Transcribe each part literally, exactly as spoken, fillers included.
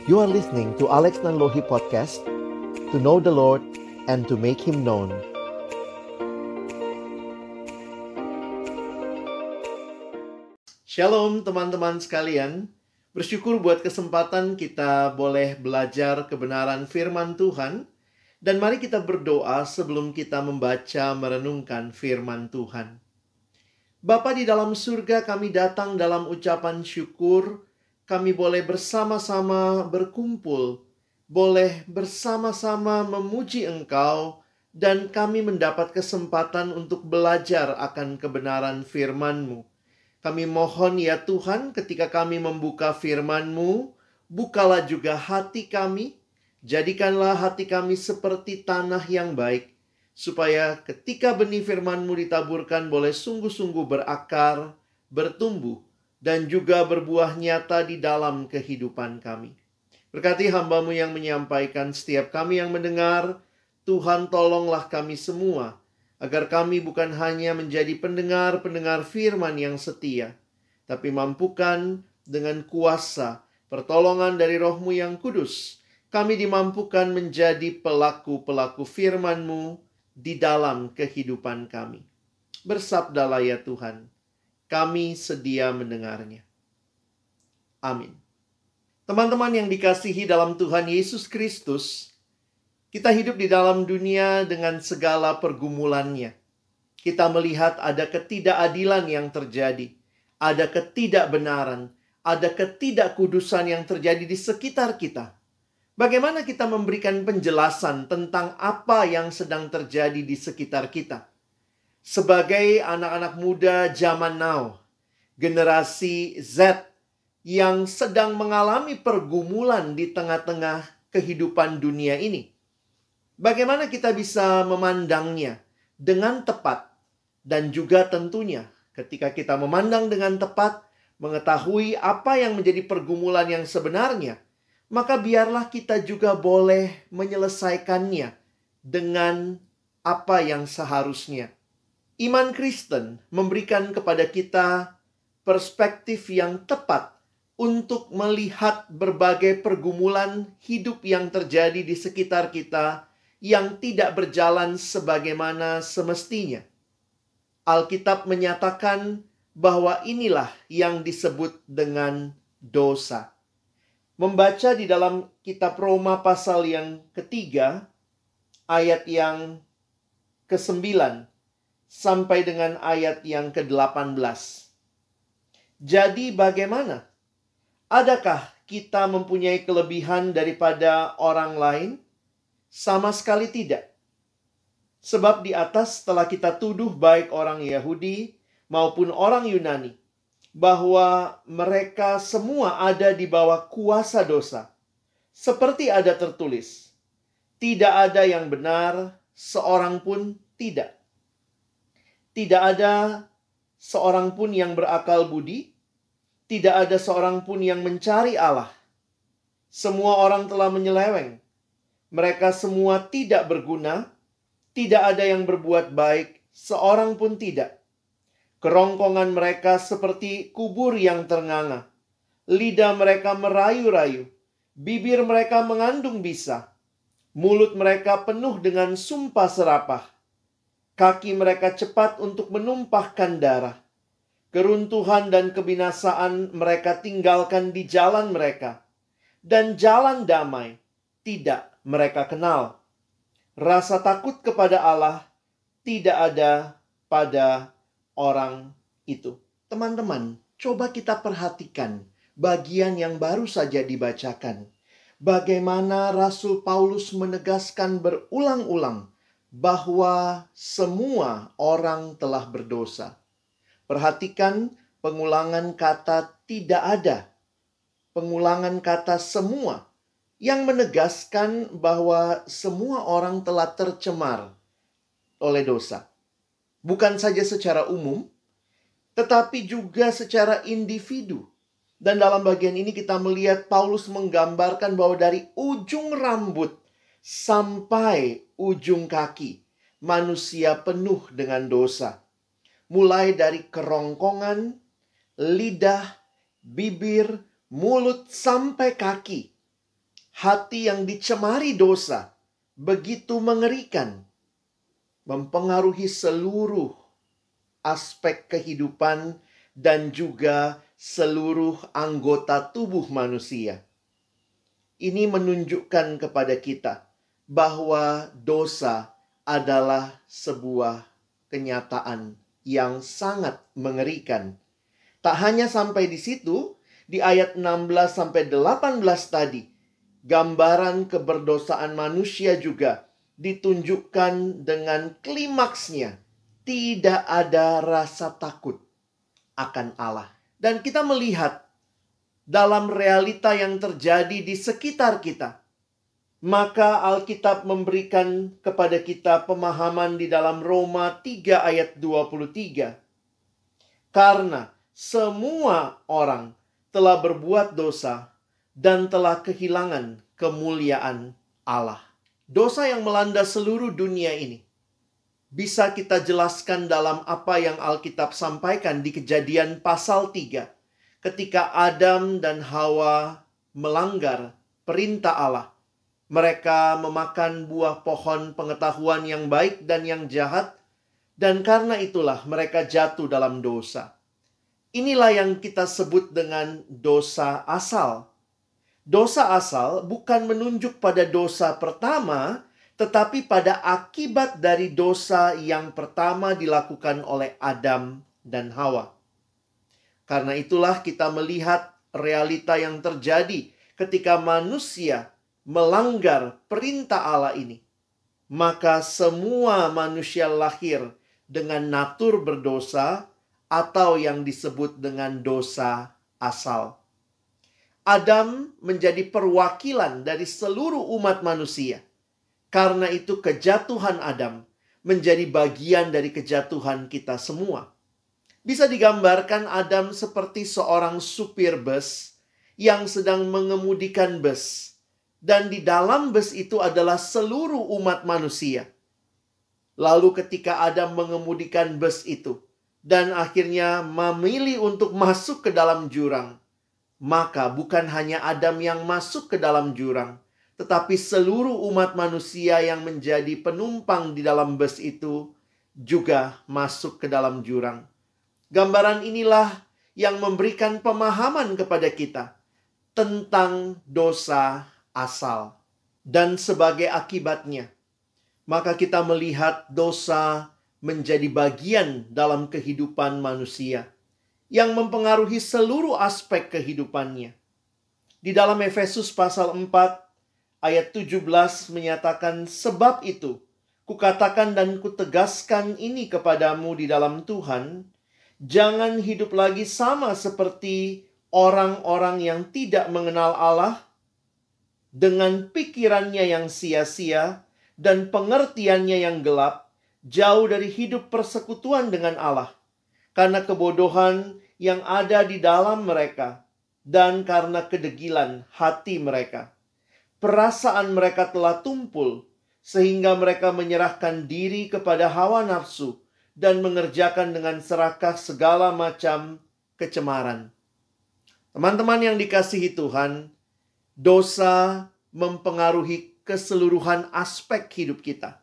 You are listening to Alex Nanlohi Podcast, to know the Lord and to make Him known. Shalom teman-teman sekalian, bersyukur buat kesempatan kita boleh belajar kebenaran firman Tuhan. Dan mari kita berdoa sebelum kita membaca merenungkan firman Tuhan. Bapa di dalam surga, kami datang dalam ucapan syukur. Kami boleh bersama-sama berkumpul, boleh bersama-sama memuji Engkau, dan kami mendapat kesempatan untuk belajar akan kebenaran firman-Mu. Kami mohon ya Tuhan, ketika kami membuka firman-Mu, bukalah juga hati kami, jadikanlah hati kami seperti tanah yang baik, supaya ketika benih firman-Mu ditaburkan boleh sungguh-sungguh berakar, bertumbuh, dan juga berbuah nyata di dalam kehidupan kami. Berkati hamba-Mu yang menyampaikan, setiap kami yang mendengar, Tuhan tolonglah kami semua, agar kami bukan hanya menjadi pendengar-pendengar firman yang setia, tapi mampukan dengan kuasa, pertolongan dari Roh-Mu yang kudus, kami dimampukan menjadi pelaku-pelaku firman-Mu di dalam kehidupan kami. Bersabdalah ya Tuhan, kami sedia mendengarnya. Amin. Teman-teman yang dikasihi dalam Tuhan Yesus Kristus, kita hidup di dalam dunia dengan segala pergumulannya. Kita melihat ada ketidakadilan yang terjadi, ada ketidakbenaran, ada ketidakkudusan yang terjadi di sekitar kita. Bagaimana kita memberikan penjelasan tentang apa yang sedang terjadi di sekitar kita? Sebagai anak-anak muda zaman now, generasi Z yang sedang mengalami pergumulan di tengah-tengah kehidupan dunia ini, bagaimana kita bisa memandangnya dengan tepat? Dan juga tentunya ketika kita memandang dengan tepat, mengetahui apa yang menjadi pergumulan yang sebenarnya, maka biarlah kita juga boleh menyelesaikannya dengan apa yang seharusnya. Iman Kristen memberikan kepada kita perspektif yang tepat untuk melihat berbagai pergumulan hidup yang terjadi di sekitar kita yang tidak berjalan sebagaimana semestinya. Alkitab menyatakan bahwa inilah yang disebut dengan dosa. Membaca di dalam kitab Roma pasal yang ketiga, ayat yang kesembilan sampai dengan ayat yang kedelapan belas. Jadi bagaimana? Adakah kita mempunyai kelebihan daripada orang lain? Sama sekali tidak. Sebab di atas telah kita tuduh baik orang Yahudi maupun orang Yunani, bahwa mereka semua ada di bawah kuasa dosa. Seperti ada tertulis, tidak ada yang benar, seorang pun tidak. Tidak ada seorang pun yang berakal budi, tidak ada seorang pun yang mencari Allah. Semua orang telah menyeleweng, mereka semua tidak berguna, tidak ada yang berbuat baik, seorang pun tidak. Kerongkongan mereka seperti kubur yang ternganga. Lidah mereka merayu-rayu. Bibir mereka mengandung bisa. Mulut mereka penuh dengan sumpah serapah. Kaki mereka cepat untuk menumpahkan darah. Keruntuhan dan kebinasaan mereka tinggalkan di jalan mereka. Dan jalan damai tidak mereka kenal. Rasa takut kepada Allah tidak ada pada orang itu. Teman-teman, coba kita perhatikan bagian yang baru saja dibacakan. Bagaimana Rasul Paulus menegaskan berulang-ulang bahwa semua orang telah berdosa. Perhatikan pengulangan kata tidak ada. Pengulangan kata semua yang menegaskan bahwa semua orang telah tercemar oleh dosa. Bukan saja secara umum, tetapi juga secara individu. Dan dalam bagian ini kita melihat Paulus menggambarkan bahwa dari ujung rambut sampai ujung kaki, manusia penuh dengan dosa. Mulai dari kerongkongan, lidah, bibir, mulut, sampai kaki. Hati yang dicemari dosa begitu mengerikan, mempengaruhi seluruh aspek kehidupan dan juga seluruh anggota tubuh manusia. Ini menunjukkan kepada kita bahwa dosa adalah sebuah kenyataan yang sangat mengerikan. Tak hanya sampai di situ, di ayat enam belas sampai delapan belas tadi, gambaran keberdosaan manusia juga ditunjukkan dengan klimaksnya. Tidak ada rasa takut akan Allah. Dan kita melihat dalam realita yang terjadi di sekitar kita. Maka Alkitab memberikan kepada kita pemahaman di dalam Roma tiga ayat dua puluh tiga. Karena semua orang telah berbuat dosa dan telah kehilangan kemuliaan Allah. Dosa yang melanda seluruh dunia ini bisa kita jelaskan dalam apa yang Alkitab sampaikan di Kejadian pasal tiga. Ketika Adam dan Hawa melanggar perintah Allah. Mereka memakan buah pohon pengetahuan yang baik dan yang jahat. Dan karena itulah mereka jatuh dalam dosa. Inilah yang kita sebut dengan dosa asal. Dosa asal bukan menunjuk pada dosa pertama, tetapi pada akibat dari dosa yang pertama dilakukan oleh Adam dan Hawa. Karena itulah kita melihat realita yang terjadi ketika manusia melanggar perintah Allah ini. Maka semua manusia lahir dengan natur berdosa atau yang disebut dengan dosa asal. Adam menjadi perwakilan dari seluruh umat manusia. Karena itu kejatuhan Adam menjadi bagian dari kejatuhan kita semua. Bisa digambarkan Adam seperti seorang supir bus yang sedang mengemudikan bus. Dan di dalam bus itu adalah seluruh umat manusia. Lalu ketika Adam mengemudikan bus itu dan akhirnya memilih untuk masuk ke dalam jurang, maka bukan hanya Adam yang masuk ke dalam jurang, tetapi seluruh umat manusia yang menjadi penumpang di dalam bus itu juga masuk ke dalam jurang. Gambaran inilah yang memberikan pemahaman kepada kita tentang dosa asal. Dan sebagai akibatnya, maka kita melihat dosa menjadi bagian dalam kehidupan manusia yang mempengaruhi seluruh aspek kehidupannya. Di dalam Efesus pasal empat ayat tujuh belas menyatakan, sebab itu kukatakan dan kutegaskan ini kepadamu di dalam Tuhan, jangan hidup lagi sama seperti orang-orang yang tidak mengenal Allah, dengan pikirannya yang sia-sia dan pengertiannya yang gelap, jauh dari hidup persekutuan dengan Allah, karena kebodohan yang ada di dalam mereka, dan karena kedegilan hati mereka. Perasaan mereka telah tumpul, sehingga mereka menyerahkan diri kepada hawa nafsu, dan mengerjakan dengan serakah segala macam kecemaran. Teman-teman yang dikasihi Tuhan, dosa mempengaruhi keseluruhan aspek hidup kita.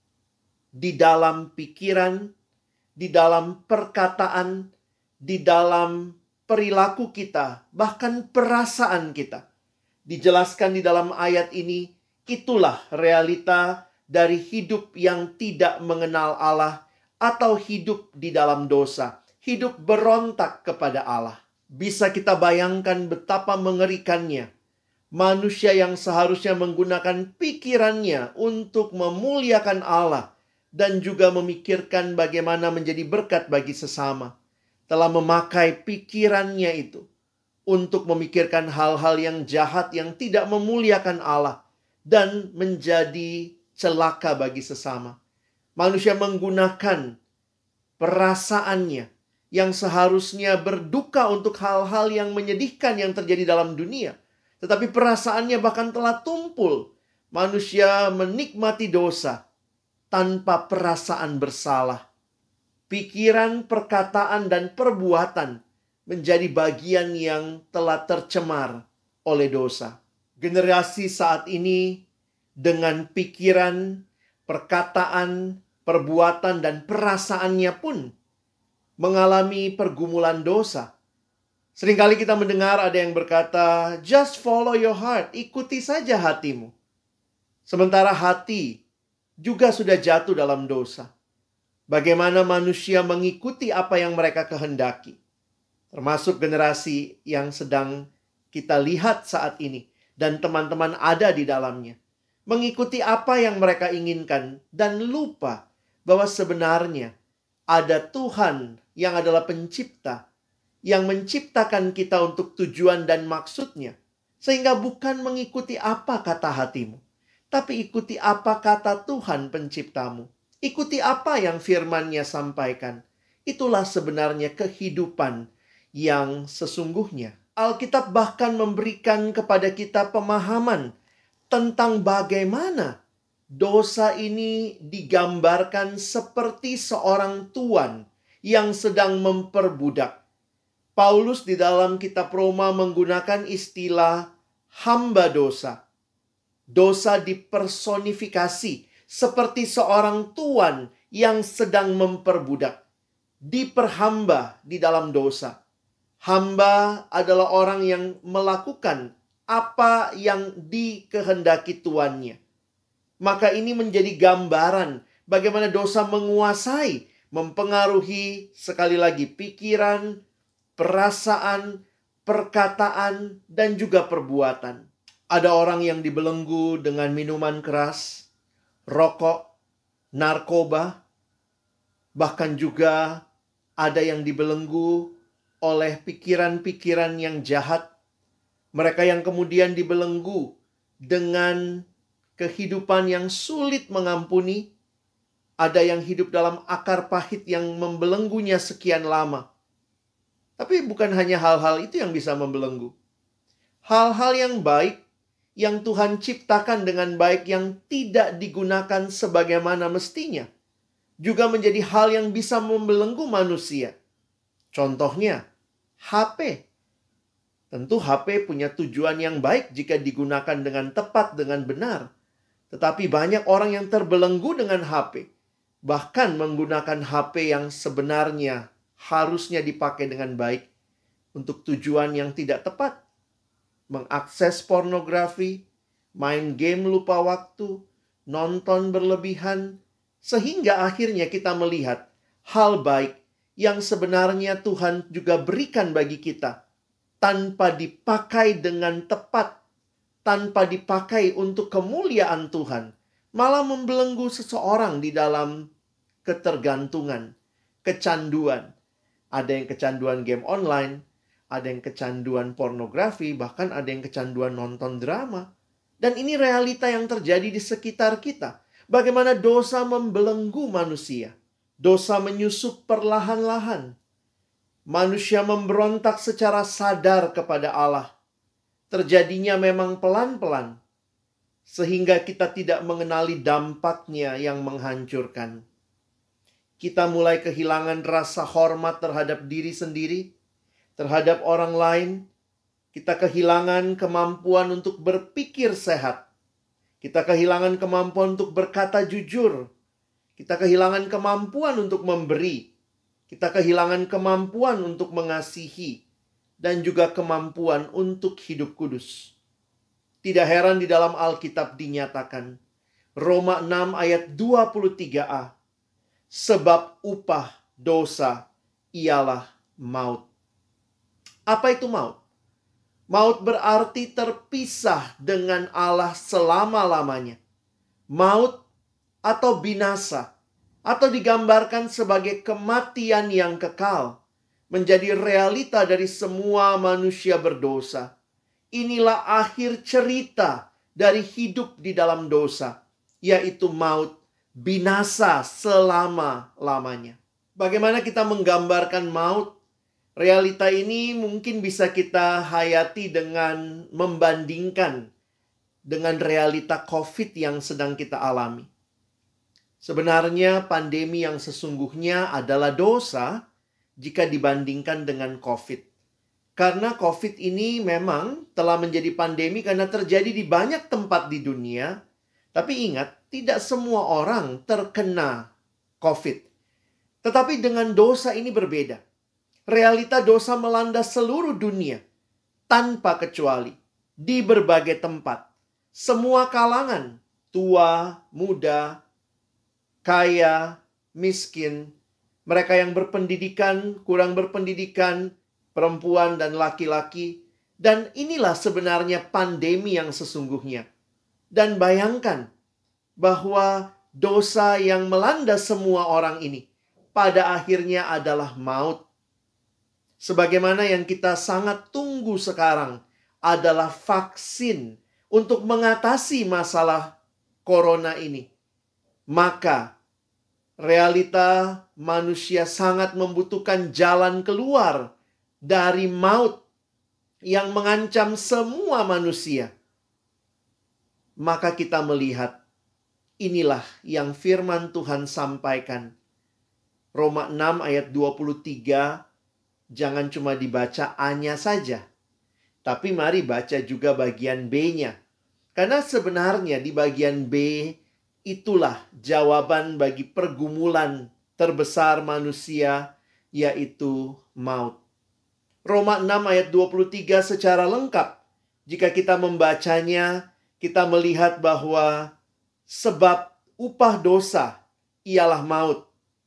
Di dalam pikiran, di dalam perkataan, di dalam perilaku kita, bahkan perasaan kita. Dijelaskan di dalam ayat ini, itulah realita dari hidup yang tidak mengenal Allah atau hidup di dalam dosa, hidup berontak kepada Allah. Bisa kita bayangkan betapa mengerikannya manusia yang seharusnya menggunakan pikirannya untuk memuliakan Allah dan juga memikirkan bagaimana menjadi berkat bagi sesama, telah memakai pikirannya itu untuk memikirkan hal-hal yang jahat yang tidak memuliakan Allah dan menjadi celaka bagi sesama. Manusia menggunakan perasaannya yang seharusnya berduka untuk hal-hal yang menyedihkan yang terjadi dalam dunia, tetapi perasaannya bahkan telah tumpul. Manusia menikmati dosa tanpa perasaan bersalah. Pikiran, perkataan, dan perbuatan menjadi bagian yang telah tercemar oleh dosa. Generasi saat ini dengan pikiran, perkataan, perbuatan, dan perasaannya pun mengalami pergumulan dosa. Seringkali kita mendengar ada yang berkata, just follow your heart, ikuti saja hatimu. Sementara hati juga sudah jatuh dalam dosa. Bagaimana manusia mengikuti apa yang mereka kehendaki? Termasuk generasi yang sedang kita lihat saat ini. Dan teman-teman ada di dalamnya. Mengikuti apa yang mereka inginkan. Dan lupa bahwa sebenarnya ada Tuhan yang adalah pencipta. Yang menciptakan kita untuk tujuan dan maksudnya. Sehingga bukan mengikuti apa kata hatimu. Tapi ikuti apa kata Tuhan penciptamu. Ikuti apa yang firman-Nya sampaikan. Itulah sebenarnya kehidupan yang sesungguhnya. Alkitab bahkan memberikan kepada kita pemahaman tentang bagaimana dosa ini digambarkan seperti seorang tuan yang sedang memperbudak. Paulus di dalam kitab Roma menggunakan istilah hamba dosa. Dosa dipersonifikasi seperti seorang tuan yang sedang memperbudak. Diperhamba di dalam dosa. Hamba adalah orang yang melakukan apa yang dikehendaki tuannya. Maka ini menjadi gambaran bagaimana dosa menguasai, mempengaruhi sekali lagi pikiran, perasaan, perkataan, dan juga perbuatan. Ada orang yang dibelenggu dengan minuman keras, rokok, narkoba, bahkan juga ada yang dibelenggu oleh pikiran-pikiran yang jahat. Mereka yang kemudian dibelenggu dengan kehidupan yang sulit mengampuni. Ada yang hidup dalam akar pahit yang membelenggunya sekian lama. Tapi bukan hanya hal-hal itu yang bisa membelenggu. Hal-hal yang baik yang Tuhan ciptakan dengan baik yang tidak digunakan sebagaimana mestinya juga menjadi hal yang bisa membelenggu manusia. Contohnya, H P. Tentu H P punya tujuan yang baik jika digunakan dengan tepat, dengan benar. Tetapi banyak orang yang terbelenggu dengan H P. Bahkan menggunakan H P yang sebenarnya harusnya dipakai dengan baik untuk tujuan yang tidak tepat. Mengakses pornografi, main game lupa waktu, nonton berlebihan, sehingga akhirnya kita melihat hal baik yang sebenarnya Tuhan juga berikan bagi kita tanpa dipakai dengan tepat, tanpa dipakai untuk kemuliaan Tuhan, malah membelenggu seseorang di dalam ketergantungan, kecanduan. Ada yang kecanduan game online, ada yang kecanduan pornografi, bahkan ada yang kecanduan nonton drama. Dan ini realita yang terjadi di sekitar kita. Bagaimana dosa membelenggu manusia. Dosa menyusup perlahan-lahan. Manusia memberontak secara sadar kepada Allah. Terjadinya memang pelan-pelan. Sehingga kita tidak mengenali dampaknya yang menghancurkan. Kita mulai kehilangan rasa hormat terhadap diri sendiri, terhadap orang lain. Kita kehilangan kemampuan untuk berpikir sehat. Kita kehilangan kemampuan untuk berkata jujur. Kita kehilangan kemampuan untuk memberi. Kita kehilangan kemampuan untuk mengasihi. Dan juga kemampuan untuk hidup kudus. Tidak heran di dalam Alkitab dinyatakan. Roma enam ayat dua puluh tiga a. Sebab upah dosa ialah maut. Apa itu maut? Maut berarti terpisah dengan Allah selama-lamanya. Maut atau binasa, atau digambarkan sebagai kematian yang kekal, menjadi realita dari semua manusia berdosa. Inilah akhir cerita dari hidup di dalam dosa, yaitu maut, binasa selama-lamanya. Bagaimana kita menggambarkan maut? Realita ini mungkin bisa kita hayati dengan membandingkan dengan realita COVID yang sedang kita alami. Sebenarnya pandemi yang sesungguhnya adalah dosa jika dibandingkan dengan COVID. Karena COVID ini memang telah menjadi pandemi karena terjadi di banyak tempat di dunia. Tapi ingat, tidak semua orang terkena COVID. Tetapi dengan dosa ini berbeda. Realita dosa melanda seluruh dunia tanpa kecuali di berbagai tempat. Semua kalangan, tua, muda, kaya, miskin, mereka yang berpendidikan, kurang berpendidikan, perempuan dan laki-laki. Dan inilah sebenarnya pandemi yang sesungguhnya. Dan bayangkan bahwa dosa yang melanda semua orang ini pada akhirnya adalah maut. Sebagaimana yang kita sangat tunggu sekarang adalah vaksin untuk mengatasi masalah corona ini. Maka realita manusia sangat membutuhkan jalan keluar dari maut yang mengancam semua manusia. Maka kita melihat inilah yang firman Tuhan sampaikan. Roma enam ayat dua puluh tiga, jangan cuma dibaca A-nya saja, tapi mari baca juga bagian B-nya. Karena sebenarnya di bagian B itulah jawaban bagi pergumulan terbesar manusia, yaitu maut. Roma enam ayat dua puluh tiga secara lengkap. Jika kita membacanya, kita melihat bahwa sebab upah dosa ialah maut.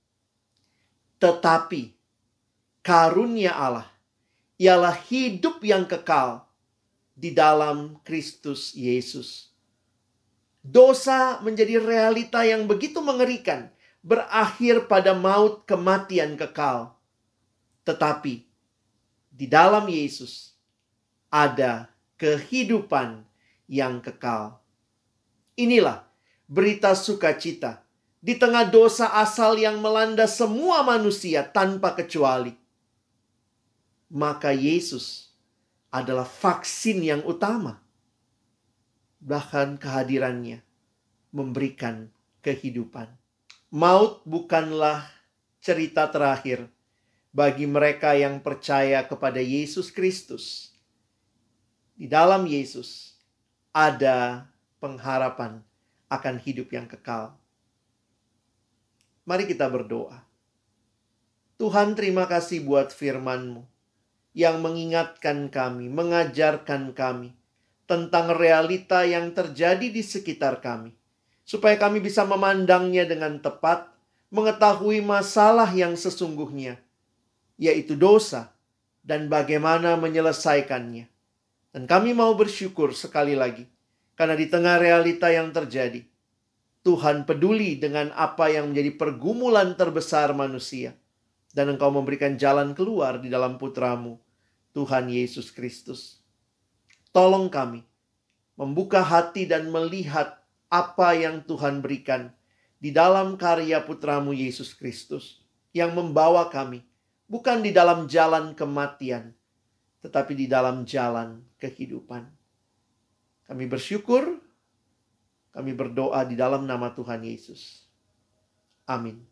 Tetapi karunia Allah ialah hidup yang kekal di dalam Kristus Yesus. Dosa menjadi realita yang begitu mengerikan, berakhir pada maut, kematian kekal. Tetapi di dalam Yesus ada kehidupan yang kekal. Inilah berita sukacita di tengah dosa asal yang melanda semua manusia tanpa kecuali. Maka Yesus adalah vaksin yang utama. Bahkan kehadirannya memberikan kehidupan. Maut bukanlah cerita terakhir bagi mereka yang percaya kepada Yesus Kristus. Di dalam Yesus ada pengharapan akan hidup yang kekal. Mari kita berdoa. Tuhan, terima kasih buat firman-Mu yang mengingatkan kami, mengajarkan kami tentang realita yang terjadi di sekitar kami, supaya kami bisa memandangnya dengan tepat, mengetahui masalah yang sesungguhnya, yaitu dosa, dan bagaimana menyelesaikannya. Dan kami mau bersyukur sekali lagi, karena di tengah realita yang terjadi, Tuhan peduli dengan apa yang menjadi pergumulan terbesar manusia. Dan Engkau memberikan jalan keluar di dalam Putra-Mu, Tuhan Yesus Kristus. Tolong kami membuka hati dan melihat apa yang Tuhan berikan di dalam karya Putra-Mu Yesus Kristus, yang membawa kami bukan di dalam jalan kematian, tetapi di dalam jalan kehidupan. Kami bersyukur, kami berdoa di dalam nama Tuhan Yesus. Amin.